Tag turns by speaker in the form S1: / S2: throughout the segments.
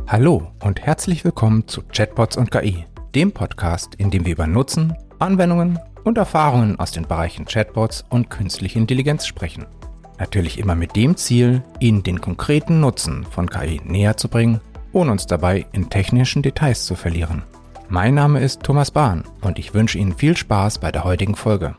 S1: Hallo und herzlich willkommen zu Chatbots und KI, dem Podcast, in dem wir über Nutzen, Anwendungen und Erfahrungen aus den Bereichen Chatbots und künstliche Intelligenz sprechen. Natürlich immer mit dem Ziel, Ihnen den konkreten Nutzen von KI näher zu bringen, ohne uns dabei in technischen Details zu verlieren. Mein Name ist Thomas Bahn und ich wünsche Ihnen viel Spaß bei der heutigen Folge.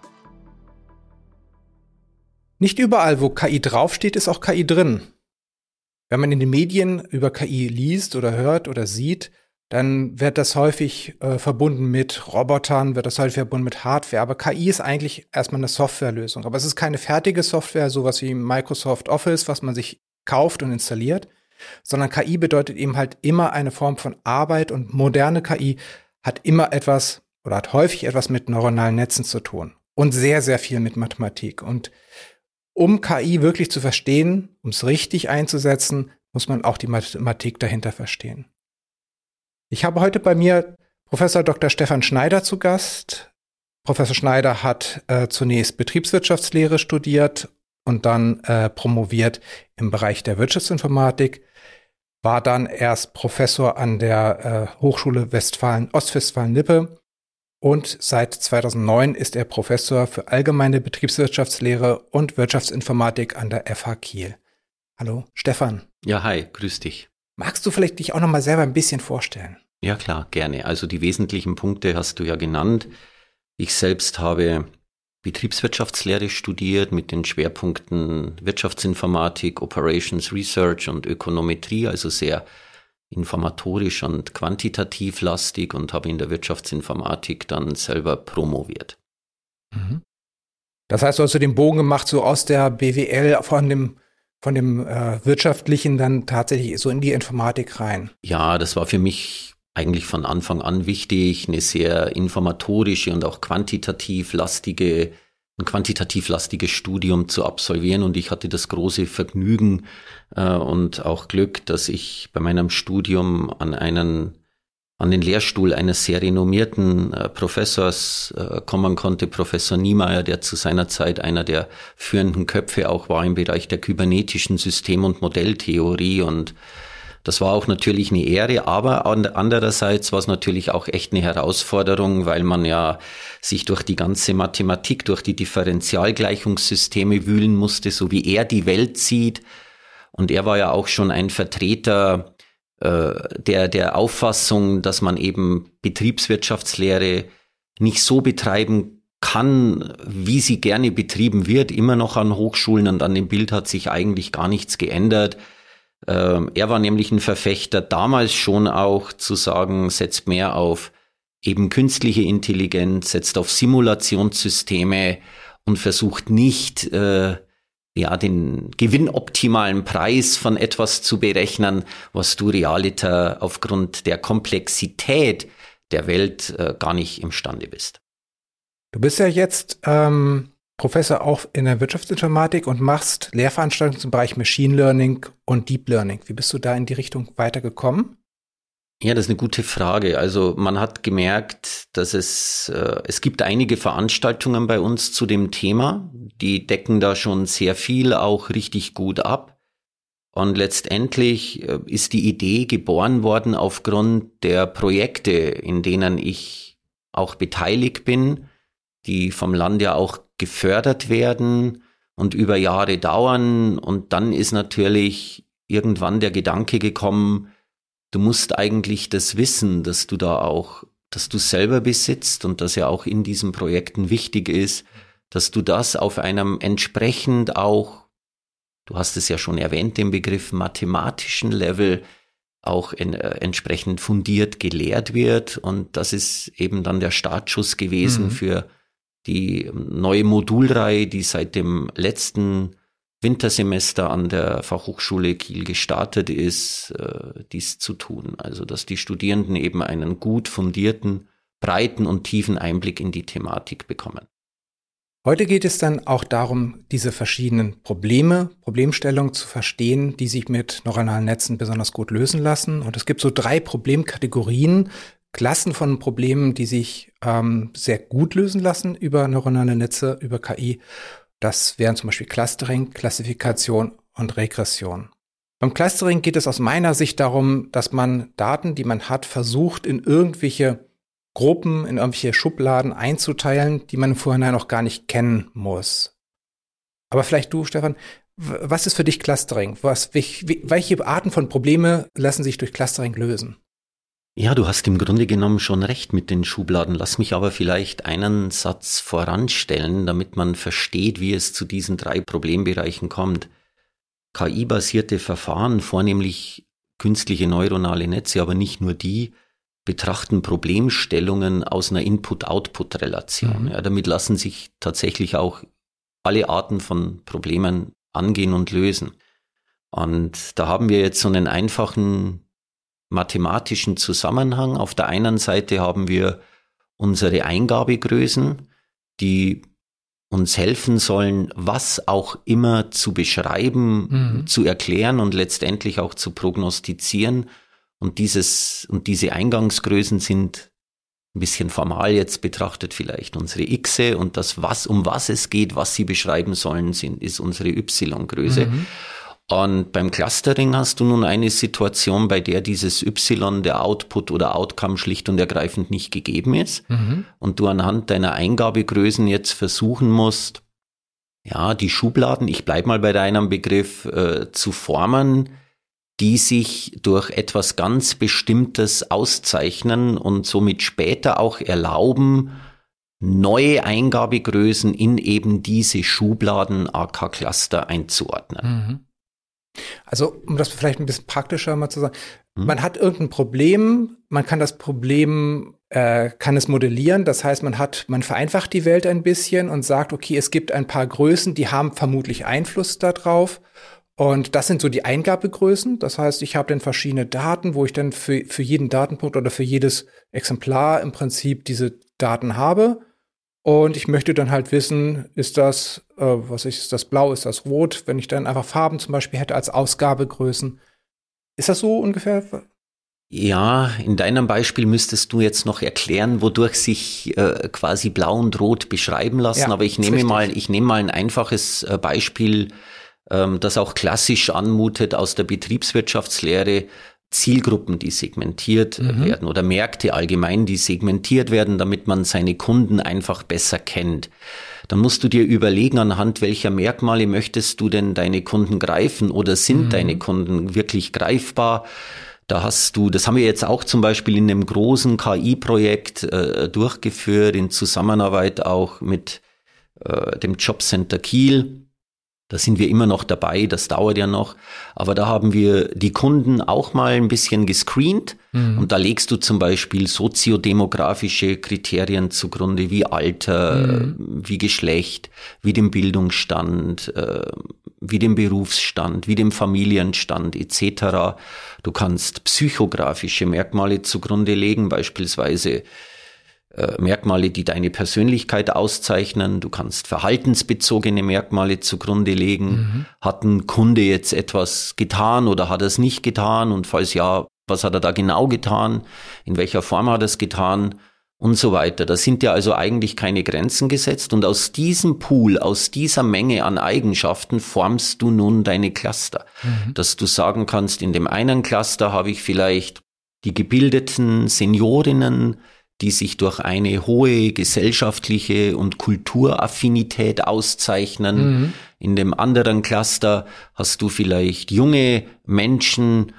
S1: Nicht überall, wo KI draufsteht, ist auch KI drin. Wenn man in den Medien über KI liest oder hört oder sieht, dann wird das häufig verbunden mit Robotern, wird das häufig verbunden mit Hardware. Aber KI ist eigentlich erstmal eine Softwarelösung. Aber es ist keine fertige Software, sowas wie Microsoft Office, was man sich kauft und installiert, sondern KI bedeutet eben halt immer eine Form von Arbeit, und moderne KI hat immer etwas oder hat häufig etwas mit neuronalen Netzen zu tun und sehr, sehr viel mit Mathematik. Und um KI wirklich zu verstehen, um es richtig einzusetzen, muss man auch die Mathematik dahinter verstehen. Ich habe heute bei mir Professor Dr. Stefan Schneider zu Gast. Professor Schneider hat zunächst Betriebswirtschaftslehre studiert und dann promoviert im Bereich der Wirtschaftsinformatik, war dann erst Professor an der Hochschule Ostwestfalen-Lippe. Und seit 2009 ist er Professor für allgemeine Betriebswirtschaftslehre und Wirtschaftsinformatik an der FH Kiel. Hallo, Stefan.
S2: Ja, hi, grüß dich.
S1: Magst du vielleicht dich auch noch mal selber ein bisschen vorstellen?
S2: Ja, klar, gerne. Also die wesentlichen Punkte hast du ja genannt. Ich selbst habe Betriebswirtschaftslehre studiert mit den Schwerpunkten Wirtschaftsinformatik, Operations Research und Ökonometrie, also sehr informatorisch und quantitativ lastig, und habe in der Wirtschaftsinformatik dann selber promoviert.
S1: Das heißt, du hast den Bogen gemacht, so aus der BWL von dem Wirtschaftlichen dann tatsächlich so in die Informatik rein.
S2: Ja, das war für mich eigentlich von Anfang an wichtig, eine sehr informatorische und auch ein quantitativ lastiges Studium zu absolvieren, und ich hatte das große Vergnügen und auch Glück, dass ich bei meinem Studium an den Lehrstuhl eines sehr renommierten Professors kommen konnte, Professor Niemeyer, der zu seiner Zeit einer der führenden Köpfe auch war im Bereich der kybernetischen System- und Modelltheorie, und das war auch natürlich eine Ehre, aber andererseits war es natürlich auch echt eine Herausforderung, weil man ja sich durch die ganze Mathematik, durch die Differentialgleichungssysteme wühlen musste, so wie er die Welt sieht. Und er war ja auch schon ein Vertreter der Auffassung, dass man eben Betriebswirtschaftslehre nicht so betreiben kann, wie sie gerne betrieben wird, immer noch an Hochschulen, und an dem Bild hat sich eigentlich gar nichts geändert. Er war nämlich ein Verfechter damals schon auch zu sagen, setzt mehr auf eben künstliche Intelligenz, setzt auf Simulationssysteme und versucht nicht, den gewinnoptimalen Preis von etwas zu berechnen, was du realiter aufgrund der Komplexität der Welt gar nicht imstande bist.
S1: Du bist ja jetzt Professor auch in der Wirtschaftsinformatik und machst Lehrveranstaltungen zum Bereich Machine Learning und Deep Learning. Wie bist du da in die Richtung weitergekommen?
S2: Ja, das ist eine gute Frage. Also man hat gemerkt, dass es gibt einige Veranstaltungen bei uns zu dem Thema, die decken da schon sehr viel auch richtig gut ab. Und letztendlich ist die Idee geboren worden aufgrund der Projekte, in denen ich auch beteiligt bin, die vom Land ja auch gefördert werden und über Jahre dauern. Und dann ist natürlich irgendwann der Gedanke gekommen, du musst eigentlich das Wissen, dass du selber besitzt und das ja auch in diesen Projekten wichtig ist, dass du das auf einem entsprechend auch, du hast es ja schon erwähnt, den Begriff mathematischen Level auch entsprechend fundiert gelehrt wird. Und das ist eben dann der Startschuss gewesen für die neue Modulreihe, die seit dem letzten Wintersemester an der Fachhochschule Kiel gestartet ist, dies zu tun. Also, dass die Studierenden eben einen gut fundierten, breiten und tiefen Einblick in die Thematik bekommen.
S1: Heute geht es dann auch darum, diese verschiedenen Problemstellungen zu verstehen, die sich mit neuronalen Netzen besonders gut lösen lassen. Und es gibt so 3 Problemkategorien, Klassen von Problemen, die sich sehr gut lösen lassen über neuronale Netze, über KI. Das wären zum Beispiel Clustering, Klassifikation und Regression. Beim Clustering geht es aus meiner Sicht darum, dass man Daten, die man hat, versucht, in irgendwelche Gruppen, in irgendwelche Schubladen einzuteilen, die man vorher noch gar nicht kennen muss. Aber vielleicht du, Stefan, was ist für dich Clustering? Welche Arten von Probleme lassen sich durch Clustering lösen?
S2: Ja, du hast im Grunde genommen schon recht mit den Schubladen. Lass mich aber vielleicht einen Satz voranstellen, damit man versteht, wie es zu diesen 3 Problembereichen kommt. KI-basierte Verfahren, vornehmlich künstliche neuronale Netze, aber nicht nur die, betrachten Problemstellungen aus einer Input-Output-Relation. Ja, damit lassen sich tatsächlich auch alle Arten von Problemen angehen und lösen. Und da haben wir jetzt so einen einfachen mathematischen Zusammenhang. Auf der einen Seite haben wir unsere Eingabegrößen, die uns helfen sollen, was auch immer zu beschreiben, zu erklären und letztendlich auch zu prognostizieren. Und diese Eingangsgrößen sind ein bisschen formal jetzt betrachtet vielleicht unsere Xe und das, um was es geht, was sie beschreiben sollen, ist unsere Y-Größe. Und beim Clustering hast du nun eine Situation, bei der dieses Y, der Output oder Outcome schlicht und ergreifend nicht gegeben ist. Und du anhand deiner Eingabegrößen jetzt versuchen musst, ja, die Schubladen, ich bleib mal bei deinem Begriff, zu formen, die sich durch etwas ganz Bestimmtes auszeichnen und somit später auch erlauben, neue Eingabegrößen in eben diese Schubladen aka Cluster einzuordnen.
S1: Also, um das vielleicht ein bisschen praktischer mal zu sagen, man hat irgendein Problem, man kann das Problem, kann es modellieren, das heißt, man vereinfacht die Welt ein bisschen und sagt, okay, es gibt ein paar Größen, die haben vermutlich Einfluss darauf. Und das sind so die Eingabegrößen. Das heißt, ich habe dann verschiedene Daten, wo ich dann für jeden Datenpunkt oder für jedes Exemplar im Prinzip diese Daten habe. Und ich möchte dann halt wissen, ist das, ist das blau, ist das rot? Wenn ich dann einfach Farben zum Beispiel hätte als Ausgabegrößen. Ist das so ungefähr?
S2: Ja, in deinem Beispiel müsstest du jetzt noch erklären, wodurch sich quasi blau und rot beschreiben lassen. Ja, aber ich nehme mal ein einfaches Beispiel, das auch klassisch anmutet aus der Betriebswirtschaftslehre. Zielgruppen, die segmentiert werden oder Märkte allgemein, die segmentiert werden, damit man seine Kunden einfach besser kennt. Dann musst du dir überlegen, anhand welcher Merkmale möchtest du denn deine Kunden greifen oder sind deine Kunden wirklich greifbar? Das haben wir jetzt auch zum Beispiel in einem großen KI-Projekt durchgeführt, in Zusammenarbeit auch mit dem Jobcenter Kiel. Da sind wir immer noch dabei, das dauert ja noch. Aber da haben wir die Kunden auch mal ein bisschen gescreent. Und da legst du zum Beispiel soziodemografische Kriterien zugrunde, wie Alter, wie Geschlecht, wie dem Bildungsstand, wie dem Berufsstand, wie dem Familienstand etc. Du kannst psychografische Merkmale zugrunde legen, beispielsweise Merkmale, die deine Persönlichkeit auszeichnen. Du kannst verhaltensbezogene Merkmale zugrunde legen. Hat ein Kunde jetzt etwas getan oder hat er es nicht getan? Und falls ja, was hat er da genau getan? In welcher Form hat er es getan? Und so weiter. Da sind ja also eigentlich keine Grenzen gesetzt. Und aus diesem Pool, aus dieser Menge an Eigenschaften formst du nun deine Cluster. Dass du sagen kannst, in dem einen Cluster habe ich vielleicht die gebildeten Seniorinnen, die sich durch eine hohe gesellschaftliche und Kulturaffinität auszeichnen. In dem anderen Cluster hast du vielleicht junge Menschen,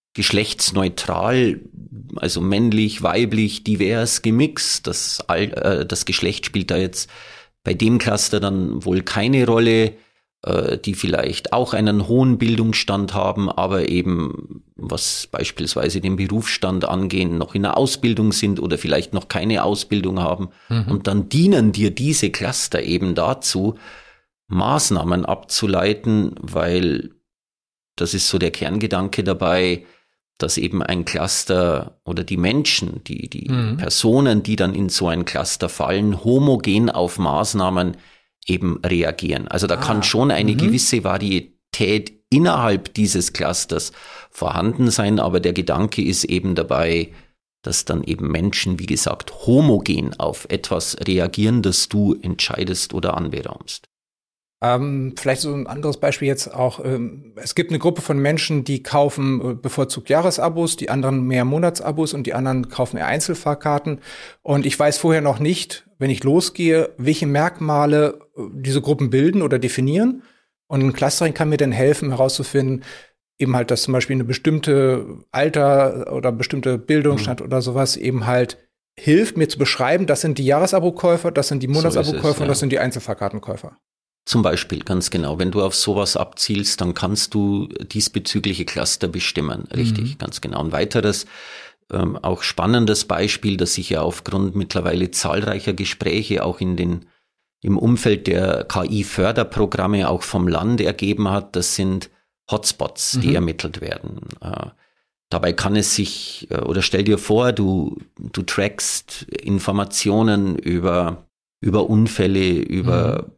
S2: geschlechtsneutral, also männlich, weiblich, divers, gemixt. Das Geschlecht spielt da jetzt bei dem Cluster dann wohl keine Rolle, die vielleicht auch einen hohen Bildungsstand haben, aber eben, was beispielsweise den Berufsstand angehen, noch in der Ausbildung sind oder vielleicht noch keine Ausbildung haben. Und dann dienen dir diese Cluster eben dazu, Maßnahmen abzuleiten, weil das ist so der Kerngedanke dabei, dass eben ein Cluster oder die Menschen, die Personen, die dann in so ein Cluster fallen, homogen auf Maßnahmen eben reagieren. Also da kann schon eine gewisse Varietät innerhalb dieses Clusters vorhanden sein, aber der Gedanke ist eben dabei, dass dann eben Menschen, wie gesagt, homogen auf etwas reagieren, das du entscheidest oder anberaumst.
S1: Vielleicht so ein anderes Beispiel jetzt auch. Es gibt eine Gruppe von Menschen, die kaufen bevorzugt Jahresabos, die anderen mehr Monatsabos und die anderen kaufen eher Einzelfahrkarten. Und ich weiß vorher noch nicht, wenn ich losgehe, welche Merkmale diese Gruppen bilden oder definieren. Und ein Clustering kann mir dann helfen, herauszufinden, eben halt, dass zum Beispiel eine bestimmte Alter oder bestimmte Bildungsstand oder sowas eben halt hilft, mir zu beschreiben, das sind die Jahresabo-Käufer, das sind die Monatsabo-Käufer und das sind die Einzelfahrkartenkäufer.
S2: Zum Beispiel, ganz genau. Wenn du auf sowas abzielst, dann kannst du diesbezügliche Cluster bestimmen. Richtig, ganz genau. Ein weiteres, auch spannendes Beispiel, das sich ja aufgrund mittlerweile zahlreicher Gespräche auch im Umfeld der KI-Förderprogramme auch vom Land ergeben hat, das sind Hotspots, die ermittelt werden. Dabei kann es sich, oder stell dir vor, du trackst Informationen über Unfälle, über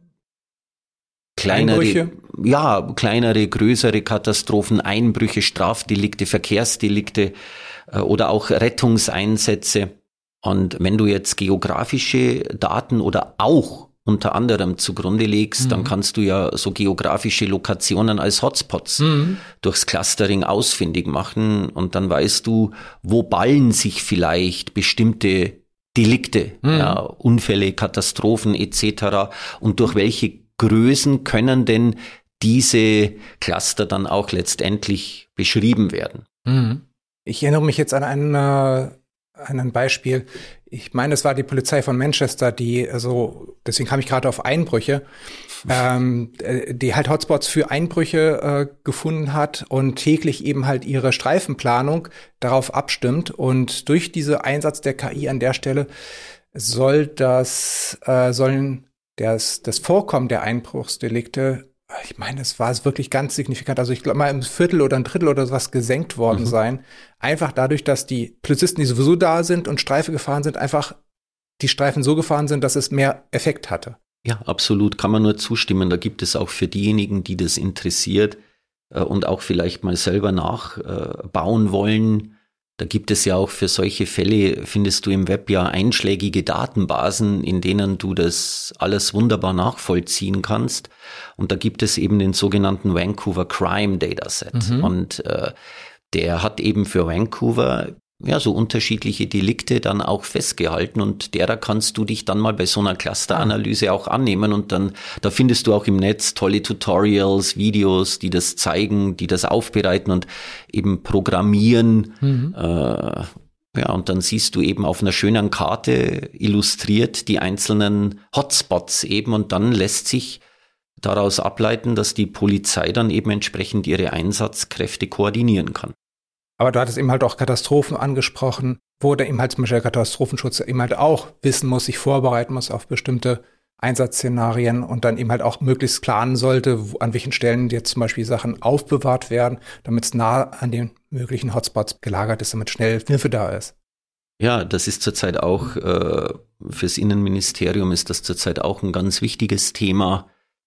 S2: kleinere, größere Katastrophen, Einbrüche, Strafdelikte, Verkehrsdelikte oder auch Rettungseinsätze. Und wenn du jetzt geografische Daten oder auch unter anderem zugrunde legst, dann kannst du ja so geografische Lokationen als Hotspots durchs Clustering ausfindig machen und dann weißt du, wo ballen sich vielleicht bestimmte Delikte, Unfälle, Katastrophen etc. und durch welche Größen können denn diese Cluster dann auch letztendlich beschrieben werden.
S1: Ich erinnere mich jetzt an ein Beispiel. Ich meine, es war die Polizei von Manchester, deswegen kam ich gerade auf Einbrüche, die halt Hotspots für Einbrüche gefunden hat und täglich eben halt ihre Streifenplanung darauf abstimmt. Und durch diesen Einsatz der KI an der Stelle sollen das Vorkommen der Einbruchsdelikte, ich meine, es war wirklich ganz signifikant, also ich glaube mal im Viertel oder ein Drittel oder sowas gesenkt worden sein. Einfach dadurch, dass die Polizisten, die sowieso da sind und Streife gefahren sind, einfach die Streifen so gefahren sind, dass es mehr Effekt hatte.
S2: Ja, absolut, kann man nur zustimmen. Da gibt es auch für diejenigen, die das interessiert und auch vielleicht mal selber nachbauen wollen, da gibt es ja auch für solche Fälle, findest du im Web ja einschlägige Datenbasen, in denen du das alles wunderbar nachvollziehen kannst. Und da gibt es eben den sogenannten Vancouver Crime Dataset. Und der hat eben für Vancouver so unterschiedliche Delikte dann auch festgehalten und derer kannst du dich dann mal bei so einer Clusteranalyse auch annehmen und dann, da findest du auch im Netz tolle Tutorials, Videos, die das zeigen, die das aufbereiten und eben programmieren. Und dann siehst du eben auf einer schönen Karte illustriert die einzelnen Hotspots eben und dann lässt sich daraus ableiten, dass die Polizei dann eben entsprechend ihre Einsatzkräfte koordinieren kann.
S1: Aber du hattest eben halt auch Katastrophen angesprochen, wo der eben halt zum Beispiel der Katastrophenschutz eben halt auch wissen muss, sich vorbereiten muss auf bestimmte Einsatzszenarien und dann eben halt auch möglichst planen sollte, an welchen Stellen jetzt zum Beispiel Sachen aufbewahrt werden, damit es nah an den möglichen Hotspots gelagert ist, damit schnell Hilfe da ist.
S2: Ja, das ist zurzeit auch, fürs Innenministerium ist das zurzeit auch ein ganz wichtiges Thema,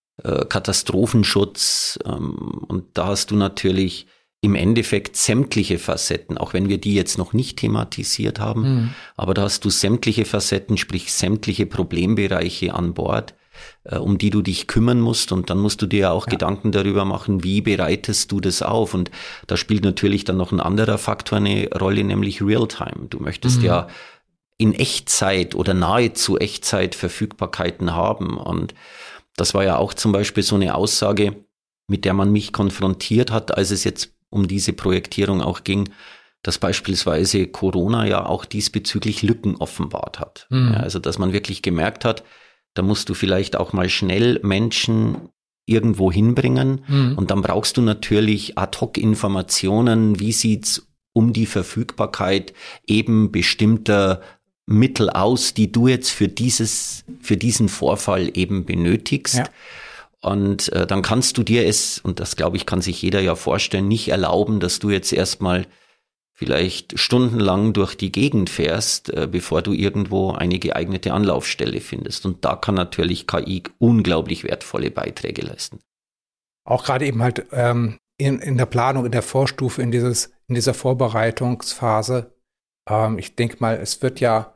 S2: Katastrophenschutz. Und da hast du natürlich im Endeffekt sämtliche Facetten, auch wenn wir die jetzt noch nicht thematisiert haben, aber da hast du sämtliche Facetten, sprich sämtliche Problembereiche an Bord, um die du dich kümmern musst und dann musst du dir ja auch Gedanken darüber machen, wie bereitest du das auf und da spielt natürlich dann noch ein anderer Faktor eine Rolle, nämlich Realtime. Du möchtest ja in Echtzeit oder nahezu Echtzeit Verfügbarkeiten haben und das war ja auch zum Beispiel so eine Aussage, mit der man mich konfrontiert hat, als es jetzt um diese Projektierung auch ging, dass beispielsweise Corona ja auch diesbezüglich Lücken offenbart hat. Ja, also dass man wirklich gemerkt hat, da musst du vielleicht auch mal schnell Menschen irgendwo hinbringen und dann brauchst du natürlich Ad-hoc-Informationen, wie sieht's um die Verfügbarkeit eben bestimmter Mittel aus, die du jetzt für diesen Vorfall eben benötigst. Ja. Und dann kannst du dir es, und das glaube ich, kann sich jeder ja vorstellen, nicht erlauben, dass du jetzt erstmal vielleicht stundenlang durch die Gegend fährst, bevor du irgendwo eine geeignete Anlaufstelle findest. Und da kann natürlich KI unglaublich wertvolle Beiträge leisten.
S1: Auch gerade eben halt in der Planung, in der Vorstufe, in dieser Vorbereitungsphase. Ich denke mal, es wird ja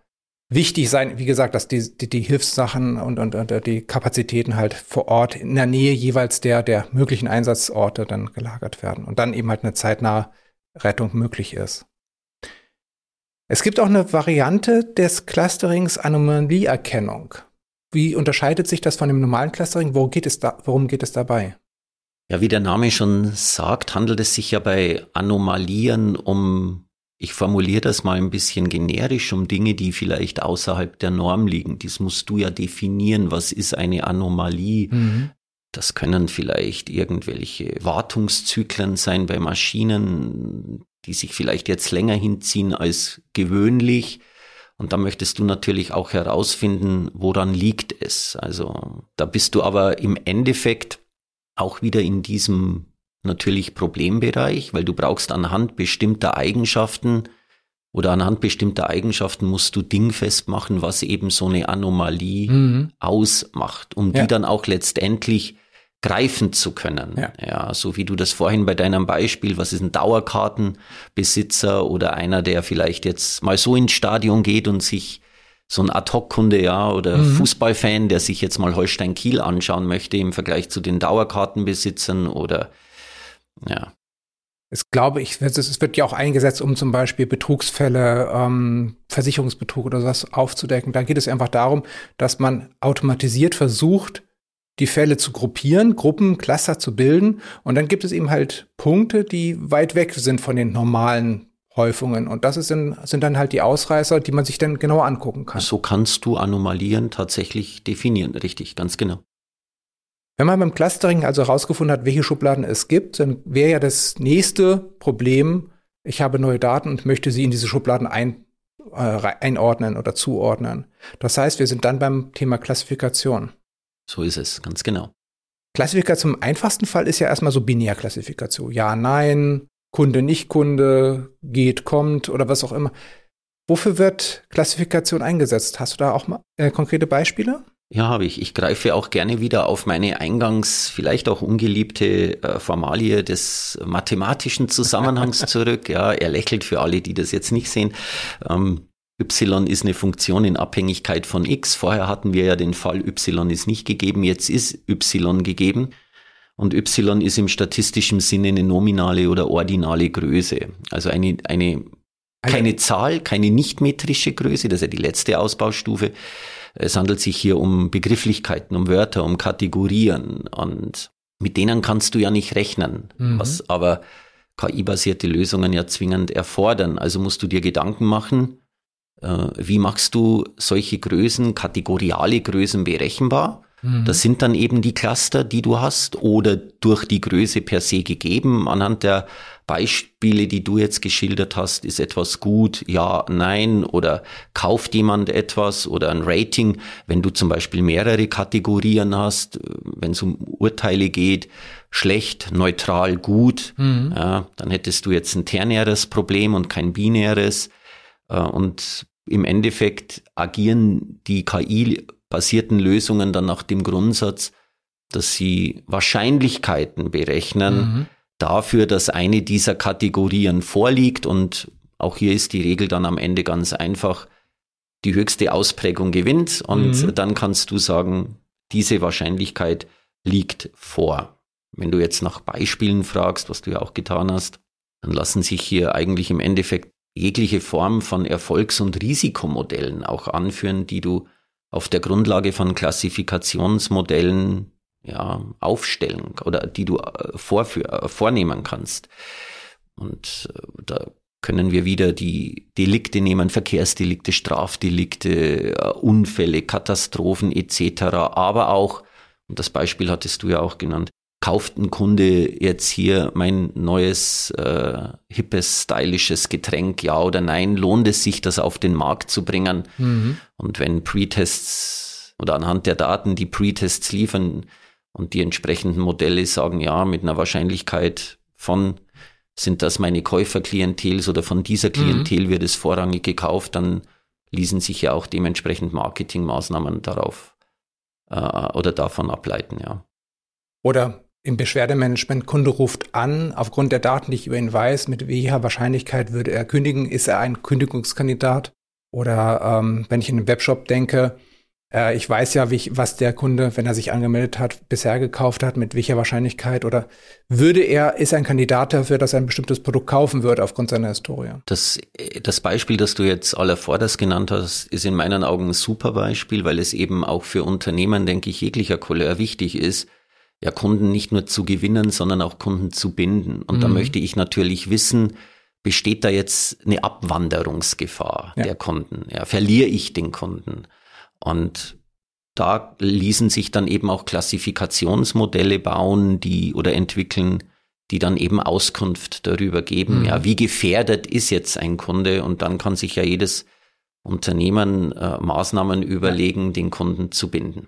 S1: wichtig sein, wie gesagt, dass die Hilfssachen und die Kapazitäten halt vor Ort in der Nähe jeweils der möglichen Einsatzorte dann gelagert werden und dann eben halt eine zeitnahe Rettung möglich ist. Es gibt auch eine Variante des Clusterings, Anomalieerkennung. Wie unterscheidet sich das von dem normalen Clustering? Worum geht es dabei?
S2: Ja, wie der Name schon sagt, handelt es sich ja bei Anomalien ich formuliere das mal ein bisschen generisch, um Dinge, die vielleicht außerhalb der Norm liegen. Das musst du ja definieren. Was ist eine Anomalie? Mhm. Das können vielleicht irgendwelche Wartungszyklen sein bei Maschinen, die sich vielleicht jetzt länger hinziehen als gewöhnlich. Und da möchtest du natürlich auch herausfinden, woran liegt es. Also da bist du aber im Endeffekt auch wieder in diesem natürlich Problembereich, weil du brauchst anhand bestimmter Eigenschaften musst du dingfest machen, was eben so eine Anomalie ausmacht, um die dann auch letztendlich greifen zu können. Ja, so wie du das vorhin bei deinem Beispiel, was ist ein Dauerkartenbesitzer oder einer, der vielleicht jetzt mal so ins Stadion geht und sich so ein Ad-Hoc-Kunde, oder Fußballfan, der sich jetzt mal Holstein Kiel anschauen möchte im Vergleich zu den Dauerkartenbesitzern oder
S1: Es wird ja auch eingesetzt, um zum Beispiel Betrugsfälle, Versicherungsbetrug oder sowas aufzudecken. Da geht es einfach darum, dass man automatisiert versucht, die Fälle zu gruppieren, Gruppen, Cluster zu bilden. Und dann gibt es eben halt Punkte, die weit weg sind von den normalen Häufungen. Und das sind dann halt die Ausreißer, die man sich dann genauer angucken kann.
S2: So kannst du Anomalien tatsächlich definieren, richtig, ganz genau.
S1: Wenn man beim Clustering also herausgefunden hat, welche Schubladen es gibt, dann wäre ja das nächste Problem, ich habe neue Daten und möchte sie in diese Schubladen einordnen oder zuordnen. Das heißt, wir sind dann beim Thema Klassifikation.
S2: So ist es, ganz genau.
S1: Klassifikation im einfachsten Fall ist ja erstmal so Binärklassifikation. Ja, nein, Kunde, nicht Kunde, geht, kommt oder was auch immer. Wofür wird Klassifikation eingesetzt? Hast du da auch mal konkrete Beispiele?
S2: Ja, habe ich. Ich greife auch gerne wieder auf meine eingangs vielleicht auch ungeliebte Formalie des mathematischen Zusammenhangs zurück. Ja, er lächelt für alle, die das jetzt nicht sehen. Y ist eine Funktion in Abhängigkeit von X. Vorher hatten wir ja den Fall, Y ist nicht gegeben, jetzt ist Y gegeben. Und Y ist im statistischen Sinne eine nominale oder ordinale Größe. Also keine Zahl, keine nichtmetrische Größe, das ist ja die letzte Ausbaustufe. Es handelt sich hier um Begrifflichkeiten, um Wörter, um Kategorien und mit denen kannst du ja nicht rechnen, was aber KI-basierte Lösungen ja zwingend erfordern. Also musst du dir Gedanken machen, wie machst du solche Größen, kategoriale Größen berechenbar? Das sind dann eben die Cluster, die du hast oder durch die Größe per se gegeben. Anhand der Beispiele, die du jetzt geschildert hast, ist etwas gut, ja, nein oder kauft jemand etwas oder ein Rating. Wenn du zum Beispiel mehrere Kategorien hast, wenn es um Urteile geht, schlecht, neutral, gut, dann hättest du jetzt ein ternäres Problem und kein binäres. Und im Endeffekt agieren die KI-basierten Lösungen dann nach dem Grundsatz, dass sie Wahrscheinlichkeiten berechnen dafür, dass eine dieser Kategorien vorliegt. Und auch hier ist die Regel dann am Ende ganz einfach, die höchste Ausprägung gewinnt. Und dann kannst du sagen, diese Wahrscheinlichkeit liegt vor. Wenn du jetzt nach Beispielen fragst, was du ja auch getan hast, dann lassen sich hier eigentlich im Endeffekt jegliche Form von Erfolgs- und Risikomodellen auch anführen, die du auf der Grundlage von Klassifikationsmodellen aufstellen oder die du vornehmen kannst. Und da können wir wieder die Delikte nehmen, Verkehrsdelikte, Strafdelikte, Unfälle, Katastrophen etc. Aber auch, und das Beispiel hattest du ja auch genannt, kauft ein Kunde jetzt hier mein neues, hippes, stylisches Getränk, ja oder nein? Lohnt es sich, das auf den Markt zu bringen? Und wenn Pre-Tests oder anhand der Daten die Pre-Tests liefern und die entsprechenden Modelle sagen, ja, mit einer Wahrscheinlichkeit von, sind das meine Käuferklientels oder von dieser Klientel wird es vorrangig gekauft, dann ließen sich ja auch dementsprechend Marketingmaßnahmen darauf oder davon ableiten, ja.
S1: Oder im Beschwerdemanagement, Kunde ruft an, aufgrund der Daten, die ich über ihn weiß, mit welcher Wahrscheinlichkeit würde er kündigen, ist er ein Kündigungskandidat? Oder wenn ich in einen Webshop denke, ich weiß ja, was der Kunde, wenn er sich angemeldet hat, bisher gekauft hat, mit welcher Wahrscheinlichkeit oder ist er ein Kandidat dafür, dass er ein bestimmtes Produkt kaufen würde aufgrund seiner Historie.
S2: Das Beispiel, das du jetzt allervorderst genannt hast, ist in meinen Augen ein super Beispiel, weil es eben auch für Unternehmen, denke ich, jeglicher Couleur wichtig ist, ja, Kunden nicht nur zu gewinnen, sondern auch Kunden zu binden. Und da möchte ich natürlich wissen, besteht da jetzt eine Abwanderungsgefahr der Kunden? Ja, verliere ich den Kunden? Und da ließen sich dann eben auch Klassifikationsmodelle bauen, oder entwickeln, die dann eben Auskunft darüber geben, ja, wie gefährdet ist jetzt ein Kunde? Und dann kann sich ja jedes Unternehmen Maßnahmen überlegen, den Kunden zu binden.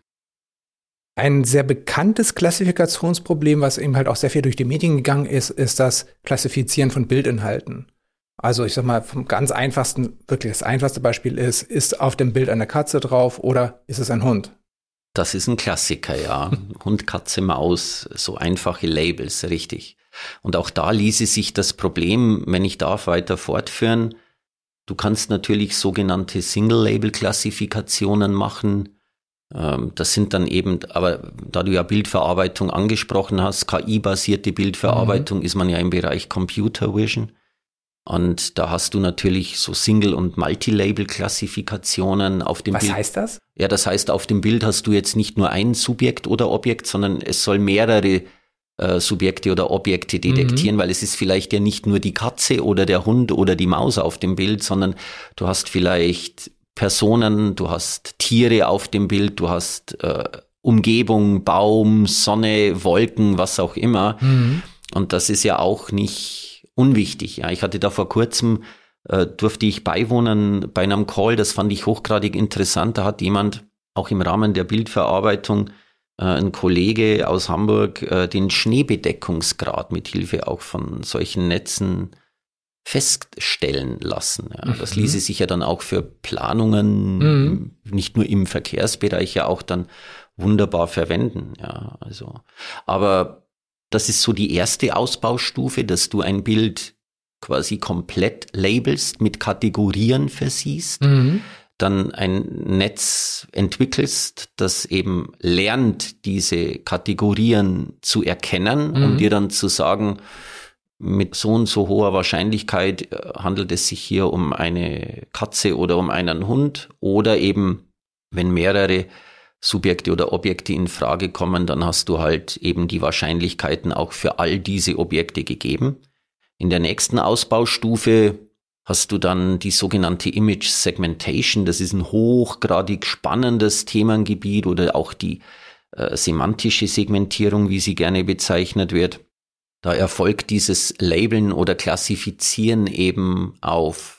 S1: Ein sehr bekanntes Klassifikationsproblem, was eben halt auch sehr viel durch die Medien gegangen ist das Klassifizieren von Bildinhalten. Also ich sag mal, vom ganz einfachsten, wirklich das einfachste Beispiel ist auf dem Bild eine Katze drauf oder ist es ein Hund?
S2: Das ist ein Klassiker, ja. Hund, Katze, Maus, so einfache Labels, richtig. Und auch da ließe sich das Problem, wenn ich darf, weiter fortführen. Du kannst natürlich sogenannte Single-Label-Klassifikationen machen. Das sind dann eben, aber da du ja Bildverarbeitung angesprochen hast, KI-basierte Bildverarbeitung, ist man ja im Bereich Computer Vision. Und da hast du natürlich so Single- und Multilabel-Klassifikationen auf dem Bild.
S1: Was heißt das?
S2: Ja, das heißt, auf dem Bild hast du jetzt nicht nur ein Subjekt oder Objekt, sondern es soll mehrere Subjekte oder Objekte detektieren, weil es ist vielleicht ja nicht nur die Katze oder der Hund oder die Maus auf dem Bild, sondern du hast vielleicht Personen, du hast Tiere auf dem Bild, du hast Umgebung, Baum, Sonne, Wolken, was auch immer. Und das ist ja auch nicht unwichtig. Ja, ich hatte da vor kurzem, durfte ich beiwohnen bei einem Call, das fand ich hochgradig interessant. Da hat jemand auch im Rahmen der Bildverarbeitung, ein Kollege aus Hamburg, den Schneebedeckungsgrad mit Hilfe auch von solchen Netzen feststellen lassen. Ja, das ließe sich ja dann auch für Planungen, nicht nur im Verkehrsbereich, ja auch dann wunderbar verwenden. Ja, also, aber das ist so die erste Ausbaustufe, dass du ein Bild quasi komplett labelst, mit Kategorien versiehst, dann ein Netz entwickelst, das eben lernt, diese Kategorien zu erkennen, um dir dann zu sagen, mit so und so hoher Wahrscheinlichkeit handelt es sich hier um eine Katze oder um einen Hund oder eben, wenn mehrere Subjekte oder Objekte in Frage kommen, dann hast du halt eben die Wahrscheinlichkeiten auch für all diese Objekte gegeben. In der nächsten Ausbaustufe hast du dann die sogenannte Image Segmentation. Das ist ein hochgradig spannendes Themengebiet oder auch die semantische Segmentierung, wie sie gerne bezeichnet wird. Da erfolgt dieses Labeln oder Klassifizieren eben auf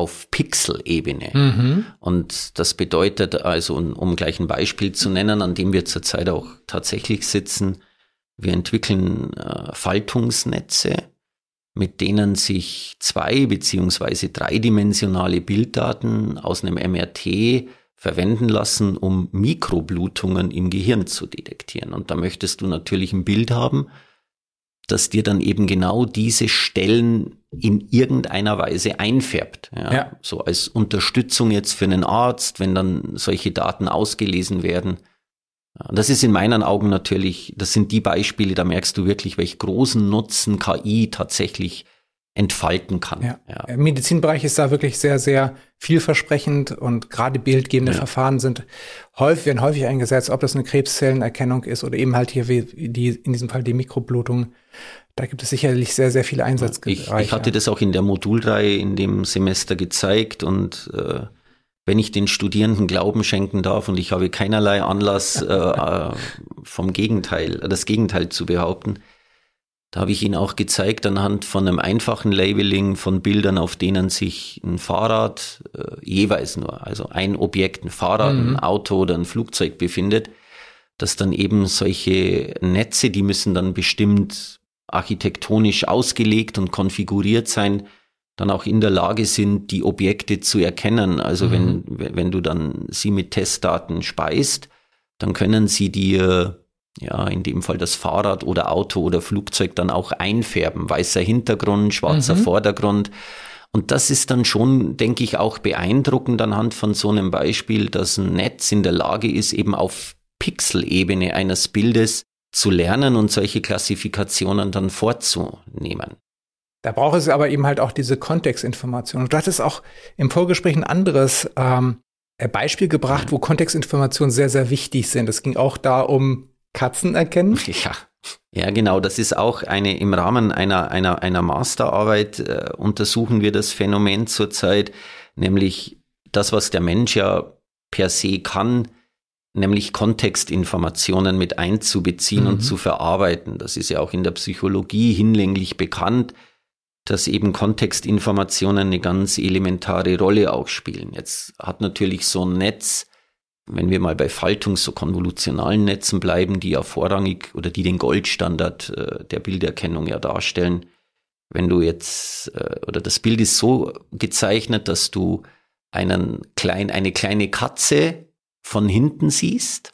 S2: Pixel-Ebene. Und das bedeutet also, um gleich ein Beispiel zu nennen, an dem wir zurzeit auch tatsächlich sitzen, wir entwickeln Faltungsnetze, mit denen sich 2- bzw. 3-dimensionale Bilddaten aus einem MRT verwenden lassen, um Mikroblutungen im Gehirn zu detektieren. Und da möchtest du natürlich ein Bild haben, das dir dann eben genau diese Stellen in irgendeiner Weise einfärbt. Ja. So als Unterstützung jetzt für einen Arzt, wenn dann solche Daten ausgelesen werden. Das ist in meinen Augen natürlich, das sind die Beispiele, da merkst du wirklich, welch großen Nutzen KI tatsächlich entfalten kann.
S1: Ja. Im Medizinbereich ist da wirklich sehr, sehr vielversprechend und gerade bildgebende Verfahren werden häufig eingesetzt, ob das eine Krebszellenerkennung ist oder eben halt hier wie in diesem Fall die Mikroblutung. Da gibt es sicherlich sehr, sehr viele Einsatzbereiche.
S2: Ich hatte das auch in der Modulreihe in dem Semester gezeigt und wenn ich den Studierenden Glauben schenken darf und ich habe keinerlei Anlass das Gegenteil zu behaupten, da habe ich Ihnen auch gezeigt anhand von einem einfachen Labeling von Bildern, auf denen sich ein Fahrrad jeweils nur, also ein Objekt, ein Fahrrad, ein Auto oder ein Flugzeug befindet, dass dann eben solche Netze, die müssen dann bestimmt architektonisch ausgelegt und konfiguriert sein, dann auch in der Lage sind, die Objekte zu erkennen. Also wenn du dann sie mit Testdaten speist, dann können sie dir in dem Fall das Fahrrad oder Auto oder Flugzeug dann auch einfärben. Weißer Hintergrund, schwarzer Vordergrund. Und das ist dann schon, denke ich, auch beeindruckend anhand von so einem Beispiel, dass ein Netz in der Lage ist, eben auf Pixelebene eines Bildes zu lernen und solche Klassifikationen dann vorzunehmen.
S1: Da braucht es aber eben halt auch diese Kontextinformation. Und du hattest auch im Vorgespräch ein anderes Beispiel gebracht, wo Kontextinformationen sehr, sehr wichtig sind. Es ging auch da um Katzen erkennen.
S2: Ja, genau. Das ist auch im Rahmen einer Masterarbeit untersuchen wir das Phänomen zurzeit, nämlich das, was der Mensch ja per se kann, nämlich Kontextinformationen mit einzubeziehen und zu verarbeiten. Das ist ja auch in der Psychologie hinlänglich bekannt, dass eben Kontextinformationen eine ganz elementare Rolle auch spielen. Jetzt hat natürlich so ein Netz, wenn wir mal bei so konvolutionalen Netzen bleiben, die ja vorrangig oder die den Goldstandard der Bilderkennung ja darstellen, wenn du jetzt, oder das Bild ist so gezeichnet, dass du eine kleine Katze von hinten siehst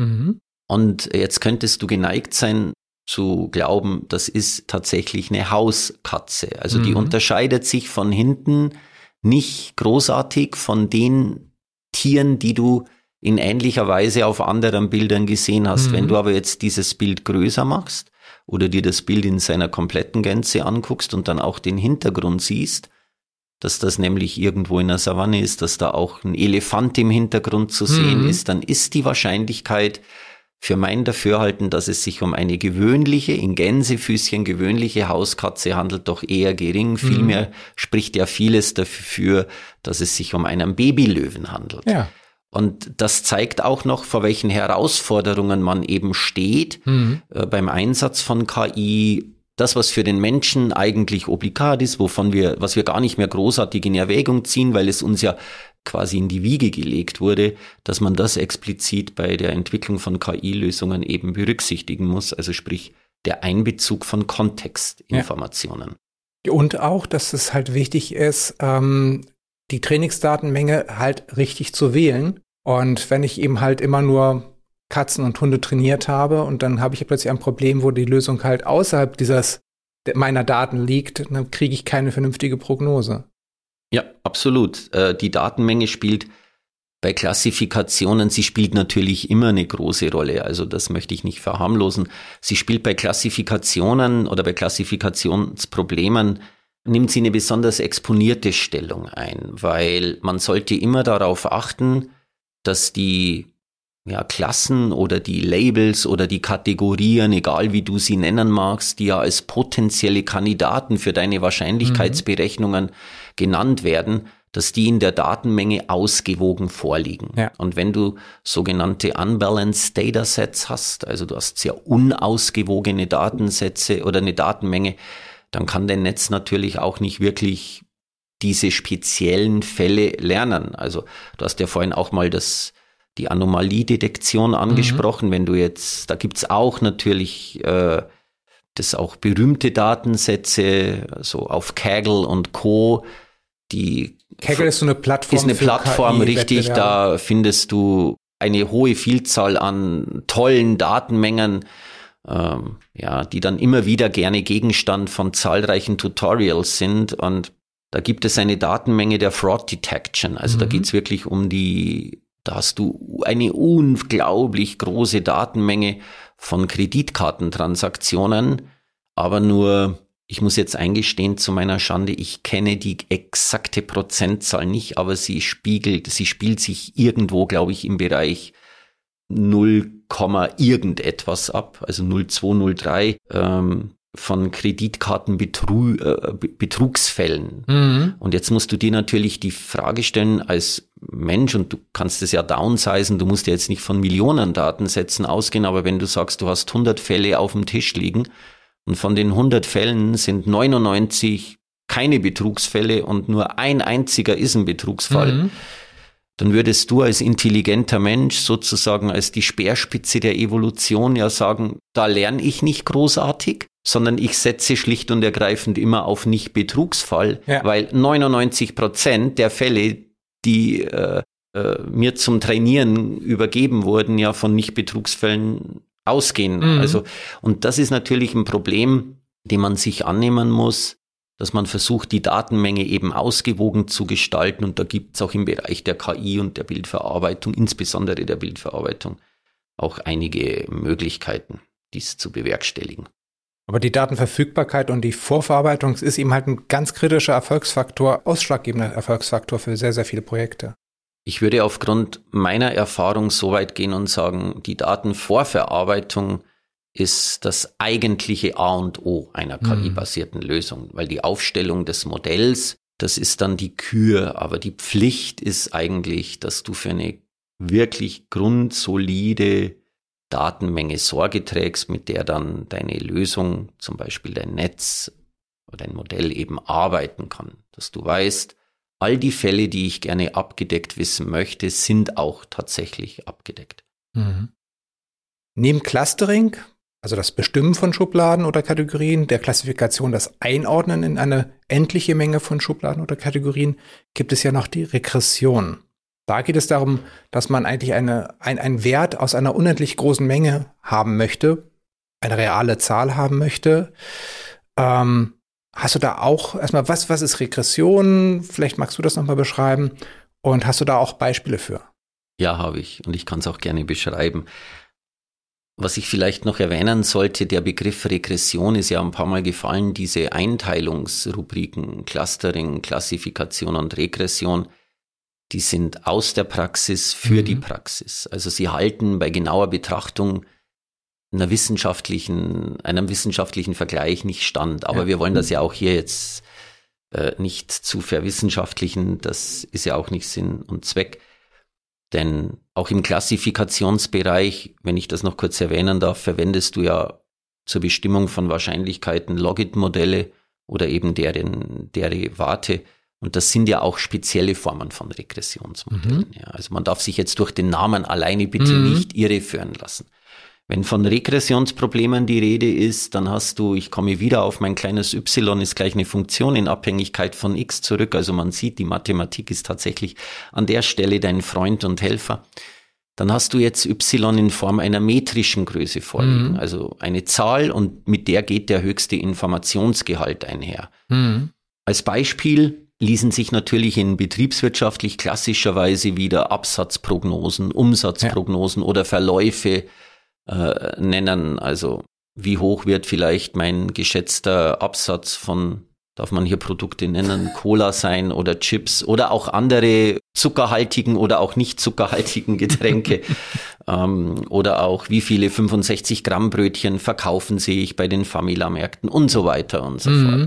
S2: und jetzt könntest du geneigt sein zu glauben, das ist tatsächlich eine Hauskatze. Also die unterscheidet sich von hinten nicht großartig von den Tieren, die du in ähnlicher Weise auf anderen Bildern gesehen hast. Wenn du aber jetzt dieses Bild größer machst oder dir das Bild in seiner kompletten Gänze anguckst und dann auch den Hintergrund siehst, dass das nämlich irgendwo in der Savanne ist, dass da auch ein Elefant im Hintergrund zu sehen ist, dann ist die Wahrscheinlichkeit für mein Dafürhalten, dass es sich um eine gewöhnliche, in Gänsefüßchen gewöhnliche Hauskatze handelt, doch eher gering. Vielmehr spricht ja vieles dafür, dass es sich um einen Babylöwen handelt.
S1: Ja.
S2: Und das zeigt auch noch, vor welchen Herausforderungen man eben steht beim Einsatz von KI. Das, was für den Menschen eigentlich obligat ist, was wir gar nicht mehr großartig in Erwägung ziehen, weil es uns ja quasi in die Wiege gelegt wurde, dass man das explizit bei der Entwicklung von KI-Lösungen eben berücksichtigen muss. Also sprich, der Einbezug von Kontextinformationen.
S1: Ja. Und auch, dass es halt wichtig ist, die Trainingsdatenmenge halt richtig zu wählen. Und wenn ich eben halt immer nur Katzen und Hunde trainiert habe und dann habe ich plötzlich ein Problem, wo die Lösung halt außerhalb meiner Daten liegt, dann kriege ich keine vernünftige Prognose.
S2: Ja, absolut. Die Datenmenge spielt bei Klassifikationen, sie spielt natürlich immer eine große Rolle. Also das möchte ich nicht verharmlosen. Sie spielt bei Klassifikationen oder bei Klassifikationsproblemen, nimmt sie eine besonders exponierte Stellung ein, weil man sollte immer darauf achten, dass die Klassen oder die Labels oder die Kategorien, egal wie du sie nennen magst, die ja als potenzielle Kandidaten für deine Wahrscheinlichkeitsberechnungen genannt werden, dass die in der Datenmenge ausgewogen vorliegen. Ja. Und wenn du sogenannte unbalanced Datasets hast, also du hast sehr unausgewogene Datensätze oder eine Datenmenge, dann kann dein Netz natürlich auch nicht wirklich diese speziellen Fälle lernen. Also du hast ja vorhin auch mal die Anomaliedetektion angesprochen. Wenn du jetzt, da gibt's auch natürlich das auch berühmte Datensätze, so auf Kaggle und Co.
S1: Kaggle ist so eine Plattform.
S2: Ist eine Plattform, richtig. Da findest du eine hohe Vielzahl an tollen Datenmengen, die dann immer wieder gerne Gegenstand von zahlreichen Tutorials sind. Und da gibt es eine Datenmenge der Fraud Detection. Also da geht's wirklich da hast du eine unglaublich große Datenmenge von Kreditkartentransaktionen, aber nur, ich muss jetzt eingestehen zu meiner Schande, ich kenne die exakte Prozentzahl nicht, aber sie spielt sich irgendwo, glaube ich, im Bereich 0, irgendetwas ab, also 0,203 von Kreditkartenbetrugsfällen. Und jetzt musst du dir natürlich die Frage stellen als Mensch, und du kannst es ja downsizen, du musst ja jetzt nicht von Millionen Datensätzen ausgehen, aber wenn du sagst, du hast 100 Fälle auf dem Tisch liegen und von den 100 Fällen sind 99 keine Betrugsfälle und nur ein einziger ist ein Betrugsfall, dann würdest du als intelligenter Mensch sozusagen als die Speerspitze der Evolution ja sagen, da lerne ich nicht großartig, sondern ich setze schlicht und ergreifend immer auf Nicht-Betrugsfall, weil 99% der Fälle, die mir zum Trainieren übergeben wurden, ja von Nicht-Betrugsfällen ausgehen. Also, und das ist natürlich ein Problem, dem man sich annehmen muss, dass man versucht, die Datenmenge eben ausgewogen zu gestalten. Und da gibt es auch im Bereich der KI und der Bildverarbeitung, insbesondere der Bildverarbeitung, auch einige Möglichkeiten, dies zu bewerkstelligen.
S1: Aber die Datenverfügbarkeit und die Vorverarbeitung ist eben halt ein ganz kritischer Erfolgsfaktor, ausschlaggebender Erfolgsfaktor für sehr, sehr viele Projekte.
S2: Ich würde aufgrund meiner Erfahrung so weit gehen und sagen, die Datenvorverarbeitung ist das eigentliche A und O einer KI-basierten Lösung, weil die Aufstellung des Modells, das ist dann die Kür, aber die Pflicht ist eigentlich, dass du für eine wirklich grundsolide Datenmenge Sorge trägst, mit der dann deine Lösung, zum Beispiel dein Netz oder dein Modell eben arbeiten kann. Dass du weißt, all die Fälle, die ich gerne abgedeckt wissen möchte, sind auch tatsächlich abgedeckt.
S1: Neben Clustering, also das Bestimmen von Schubladen oder Kategorien, der Klassifikation, das Einordnen in eine endliche Menge von Schubladen oder Kategorien, gibt es ja noch die Regression. Da geht es darum, dass man eigentlich einen Wert aus einer unendlich großen Menge haben möchte, eine reale Zahl haben möchte. Hast du da auch erstmal, was ist Regression? Vielleicht magst du das nochmal beschreiben. Und hast du da auch Beispiele für?
S2: Ja, habe ich. Und ich kann es auch gerne beschreiben. Was ich vielleicht noch erwähnen sollte, der Begriff Regression ist ja ein paar Mal gefallen, diese Einteilungsrubriken, Clustering, Klassifikation und Regression, die sind aus der Praxis für die Praxis. Also sie halten bei genauer Betrachtung einem wissenschaftlichen Vergleich nicht stand. Aber wir wollen das ja auch hier jetzt nicht zu verwissenschaftlichen. Das ist ja auch nicht Sinn und Zweck. Denn auch im Klassifikationsbereich, wenn ich das noch kurz erwähnen darf, verwendest du ja zur Bestimmung von Wahrscheinlichkeiten Logit-Modelle oder eben deren Derivate. Und das sind ja auch spezielle Formen von Regressionsmodellen. Ja, also man darf sich jetzt durch den Namen alleine bitte nicht irreführen lassen. Wenn von Regressionsproblemen die Rede ist, dann hast du, ich komme wieder auf mein kleines y ist gleich eine Funktion in Abhängigkeit von x zurück. Also man sieht, die Mathematik ist tatsächlich an der Stelle dein Freund und Helfer. Dann hast du jetzt y in Form einer metrischen Größe vorliegen. Also eine Zahl und mit der geht der höchste Informationsgehalt einher. Als Beispiel ließen sich natürlich in betriebswirtschaftlich klassischerweise wieder Absatzprognosen, Umsatzprognosen oder Verläufe nennen. Also wie hoch wird vielleicht mein geschätzter Absatz von, darf man hier Produkte nennen, Cola sein oder Chips oder auch andere zuckerhaltigen oder auch nicht zuckerhaltigen Getränke. Oder auch wie viele 65 Gramm Brötchen verkaufen sich bei den Famila-Märkten und so weiter und so fort.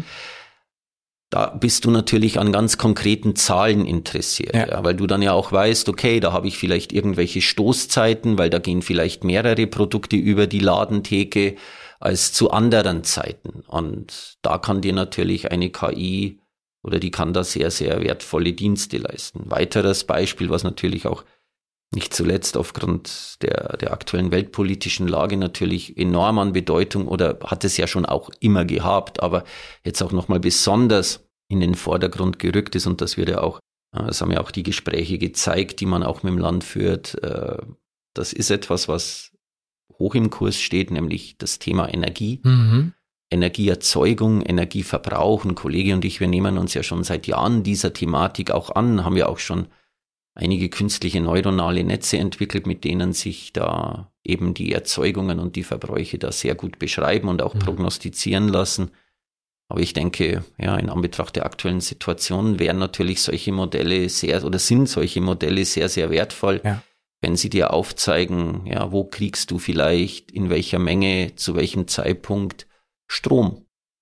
S2: Da bist du natürlich an ganz konkreten Zahlen interessiert, ja, weil du dann ja auch weißt, okay, da habe ich vielleicht irgendwelche Stoßzeiten, weil da gehen vielleicht mehrere Produkte über die Ladentheke als zu anderen Zeiten. Und da kann dir natürlich eine KI oder die kann da sehr, sehr wertvolle Dienste leisten. Weiteres Beispiel, was natürlich auch nicht zuletzt aufgrund der aktuellen weltpolitischen Lage natürlich enorm an Bedeutung oder hat es ja schon auch immer gehabt, aber jetzt auch nochmal besonders in den Vordergrund gerückt ist und das wird ja auch, das haben ja auch die Gespräche gezeigt, die man auch mit dem Land führt, das ist etwas, was hoch im Kurs steht, nämlich das Thema Energie, Energieerzeugung, Energieverbrauch. Ein Kollege und ich, wir nehmen uns ja schon seit Jahren dieser Thematik auch an, haben ja auch schon einige künstliche neuronale Netze entwickelt, mit denen sich da eben die Erzeugungen und die Verbräuche da sehr gut beschreiben und auch prognostizieren lassen. Aber ich denke, ja, in Anbetracht der aktuellen Situation wären natürlich solche Modelle sind solche Modelle sehr, sehr wertvoll, wenn sie dir aufzeigen, ja, wo kriegst du vielleicht, in welcher Menge, zu welchem Zeitpunkt Strom.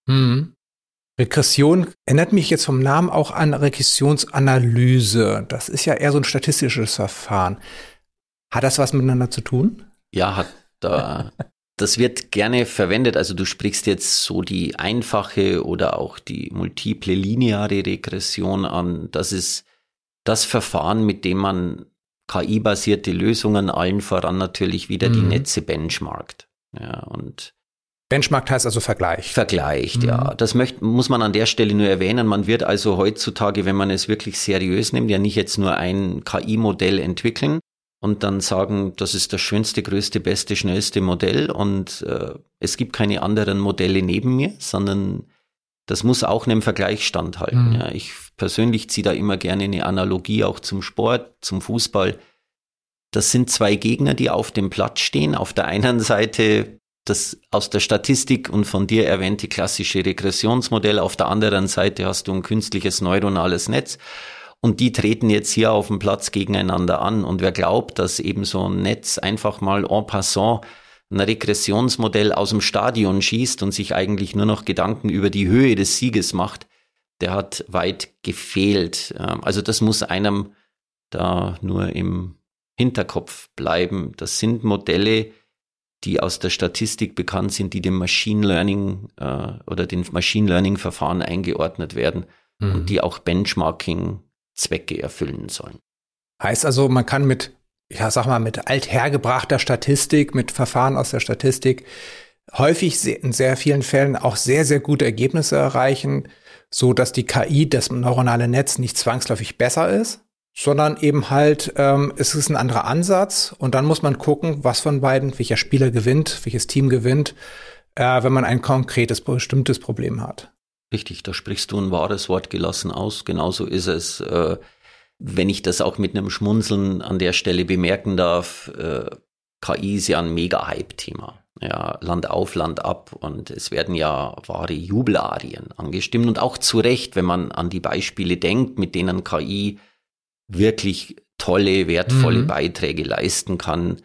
S1: Regression erinnert mich jetzt vom Namen auch an Regressionsanalyse. Das ist ja eher so ein statistisches Verfahren. Hat das was miteinander zu tun?
S2: Ja, das wird gerne verwendet. Also du sprichst jetzt so die einfache oder auch die multiple lineare Regression an. Das ist das Verfahren, mit dem man KI-basierte Lösungen, allen voran natürlich wieder die Netze benchmarkt. Ja, und
S1: Benchmarkt heißt also vergleicht.
S2: Vergleicht, ja. Das muss man an der Stelle nur erwähnen. Man wird also heutzutage, wenn man es wirklich seriös nimmt, ja nicht jetzt nur ein KI-Modell entwickeln und dann sagen, das ist das schönste, größte, beste, schnellste Modell und es gibt keine anderen Modelle neben mir, sondern das muss auch einem Vergleich standhalten. Ja, ich persönlich ziehe da immer gerne eine Analogie auch zum Sport, zum Fußball. Das sind zwei Gegner, die auf dem Platz stehen. Auf der einen Seite das aus der Statistik und von dir erwähnte klassische Regressionsmodell. Auf der anderen Seite hast du ein künstliches neuronales Netz. Und die treten jetzt hier auf dem Platz gegeneinander an. Und wer glaubt, dass eben so ein Netz einfach mal en passant ein Regressionsmodell aus dem Stadion schießt und sich eigentlich nur noch Gedanken über die Höhe des Sieges macht, der hat weit gefehlt. Also das muss einem da nur im Hinterkopf bleiben. Das sind Modelle, die aus der Statistik bekannt sind, die dem Machine Learning oder den Machine Learning Verfahren eingeordnet werden und die auch Benchmarking-Zwecke erfüllen sollen.
S1: Heißt also, man kann mit althergebrachter Statistik, mit Verfahren aus der Statistik häufig in sehr vielen Fällen auch sehr, sehr gute Ergebnisse erreichen, so dass die KI, das neuronale Netz, nicht zwangsläufig besser ist, sondern eben halt, es ist ein anderer Ansatz und dann muss man gucken, was von beiden, welcher Spieler gewinnt, welches Team gewinnt, wenn man ein konkretes, bestimmtes Problem hat.
S2: Richtig, da sprichst du ein wahres Wort gelassen aus. Genauso ist es. Wenn ich das auch mit einem Schmunzeln an der Stelle bemerken darf, KI ist ja ein Mega-Hype-Thema. Ja, Land auf, Land ab und es werden ja wahre Jubelarien angestimmt und auch zu Recht, wenn man an die Beispiele denkt, mit denen KI wirklich tolle, wertvolle Beiträge leisten kann.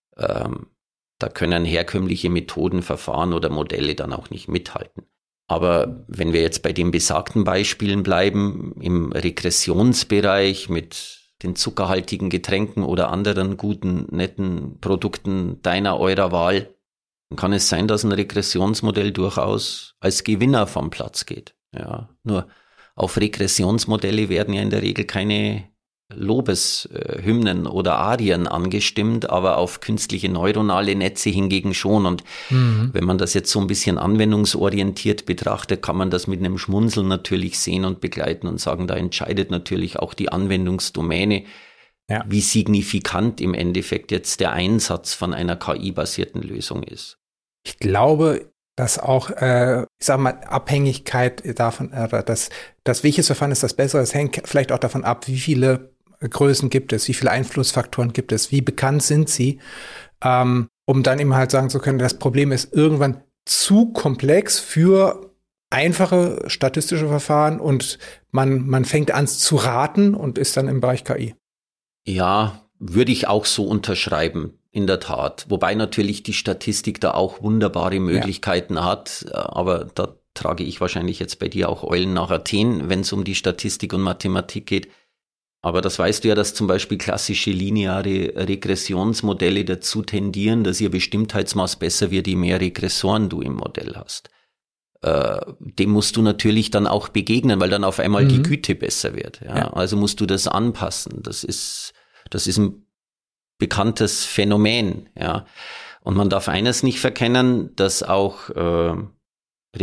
S2: Da können herkömmliche Methoden, Verfahren oder Modelle dann auch nicht mithalten. Aber wenn wir jetzt bei den besagten Beispielen bleiben, im Regressionsbereich mit den zuckerhaltigen Getränken oder anderen guten, netten Produkten eurer Wahl, dann kann es sein, dass ein Regressionsmodell durchaus als Gewinner vom Platz geht. Ja, nur auf Regressionsmodelle werden ja in der Regel keine Lobeshymnen oder Arien angestimmt, aber auf künstliche neuronale Netze hingegen schon. Und wenn man das jetzt so ein bisschen anwendungsorientiert betrachtet, kann man das mit einem Schmunzeln natürlich sehen und begleiten und sagen, da entscheidet natürlich auch die Anwendungsdomäne, wie signifikant im Endeffekt jetzt der Einsatz von einer KI-basierten Lösung ist.
S1: Ich glaube, dass auch, Abhängigkeit davon, dass welches Verfahren ist das bessere, es hängt vielleicht auch davon ab, wie viele Größen gibt es, wie viele Einflussfaktoren gibt es, wie bekannt sind sie, um dann eben halt sagen zu können, das Problem ist irgendwann zu komplex für einfache statistische Verfahren und man fängt an zu raten und ist dann im Bereich KI.
S2: Ja, würde ich auch so unterschreiben, in der Tat. Wobei natürlich die Statistik da auch wunderbare Möglichkeiten hat, aber da trage ich wahrscheinlich jetzt bei dir auch Eulen nach Athen, wenn es um die Statistik und Mathematik geht. Aber das weißt du ja, dass zum Beispiel klassische lineare Regressionsmodelle dazu tendieren, dass ihr Bestimmtheitsmaß besser wird, je mehr Regressoren du im Modell hast. Dem musst du natürlich dann auch begegnen, weil dann auf einmal die Güte besser wird. Ja? Also musst du das anpassen. Das ist ein bekanntes Phänomen. Ja? Und man darf eines nicht verkennen, dass auch bei